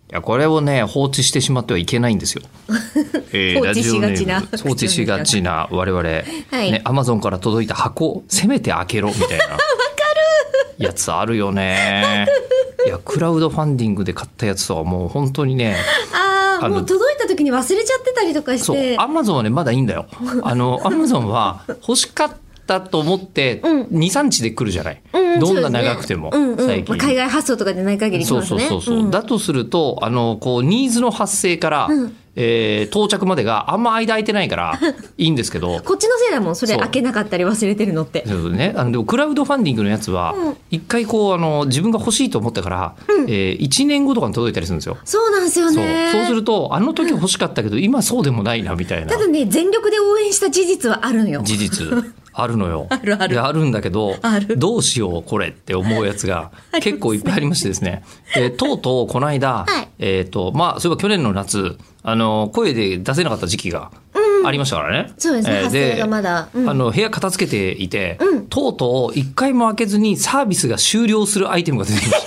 やこれをね放置してしまってはいけないんですよ。 放置しがちな放置しがちな我々、ね、アマゾンから届いた箱せめて開けろみたいなやつあるよね。いやクラウドファンディングで買ったやつはもう本当にねもう届いた時に忘れちゃってたりとかして。 そうアマゾンはねまだいいんだよ。アマゾンは欲しかったと思って 2,3 日で来るじゃない、どんな長くても、最近海外発送とかでない限り来ますね。 そうだとするとこうニーズの発生から、到着までがあんま間空いてないからいいんですけどこっちのせいだもんそれ開けなかったり忘れてるのって。 そうね、でもクラウドファンディングのやつは一回こう自分が欲しいと思ったから、1年後とかに届いたりするんですよ。 そうなんですよね。 そうするとあの時欲しかったけど、今そうでもないなみたいな。 ただね全力で応援した事実はあるのよ。 事実あるのよ。 あるんだけどどうしようこれって思うやつが結構いっぱいありましてですね、とうとうこの間、そういえば去年の夏声で出せなかった時期がありましたからね。 そうですね、発生がまだ、 部屋片付けていて、とうとう1回も開けずにサービスが終了するアイテムが出てきました。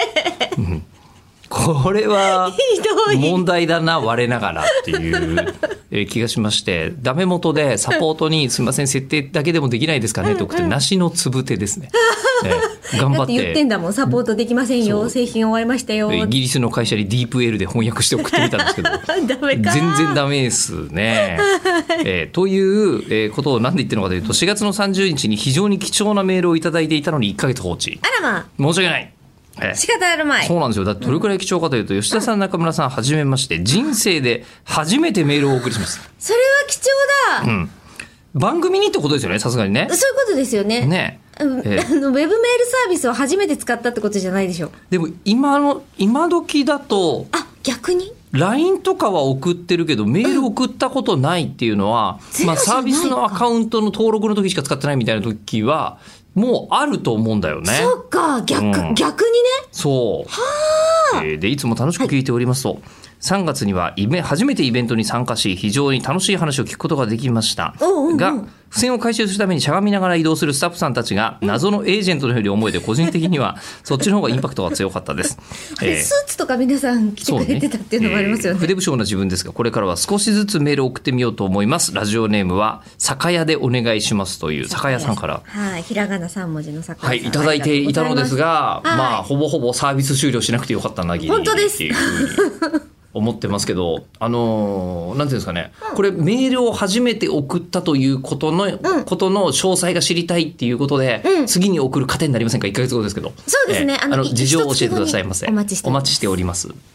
これは問題だな我ながらっていう気がしまして、ダメ元でサポートにすみません設定だけでもできないですかねと送って、梨のつぶてですね、頑張ってだって言ってんだもん、サポートできませんよ、製品終わりましたよ。 イギリスの会社にディープ L で翻訳して送ってみたんですけどダメか全然ダメですね。という、ことを何で言ってるのかというと、4月の30日に非常に貴重なメールをいただいていたのに1ヶ月放置。 あらまあ申し訳ない。 仕方あるまい。 そうなんですよ。だってどれくらい貴重かというと、吉田さん中村さんはじめまして、人生で初めてメールをお送りします。 それは貴重だ、 番組にってことですよね、さすがにね。 そういうことですよね。 ねウェブメールサービスを初めて使ったってことじゃないでしょ。 でも今時だと逆に LINE とかは送ってるけどメール送ったことないっていうのは、サービスのアカウントの登録の時しか使ってないみたいな時はもうあると思うんだよね。 そうか、逆にね。 そうでいつも楽しく聞いておりますと、3月には初めてイベントに参加し、非常に楽しい話を聞くことができましたが、付箋を回収するためにしゃがみながら移動するスタッフさんたちが謎のエージェントのように思えて、個人的にはそっちの方がインパクトが強かったです。 スーツとか皆さん着てくれてたっていうのもありますよね。 筆不詳な自分ですが、これからは少しずつメールを送ってみようと思います。ラジオネームは酒屋でお願いしますという酒屋さんから、 ひらがな3文字の酒屋さん、 いただいていたのですが、ほぼほぼサービス終了しなくてよかったなギリ本当ですっていうふうに思ってますけど、なんていうんですかね、これメールを初めて送ったということの詳細が知りたいっていうことで、次に送る糧になりませんか。1ヶ月後ですけど。 そうですね。 事情を教えてくださいませ。お待ちしております。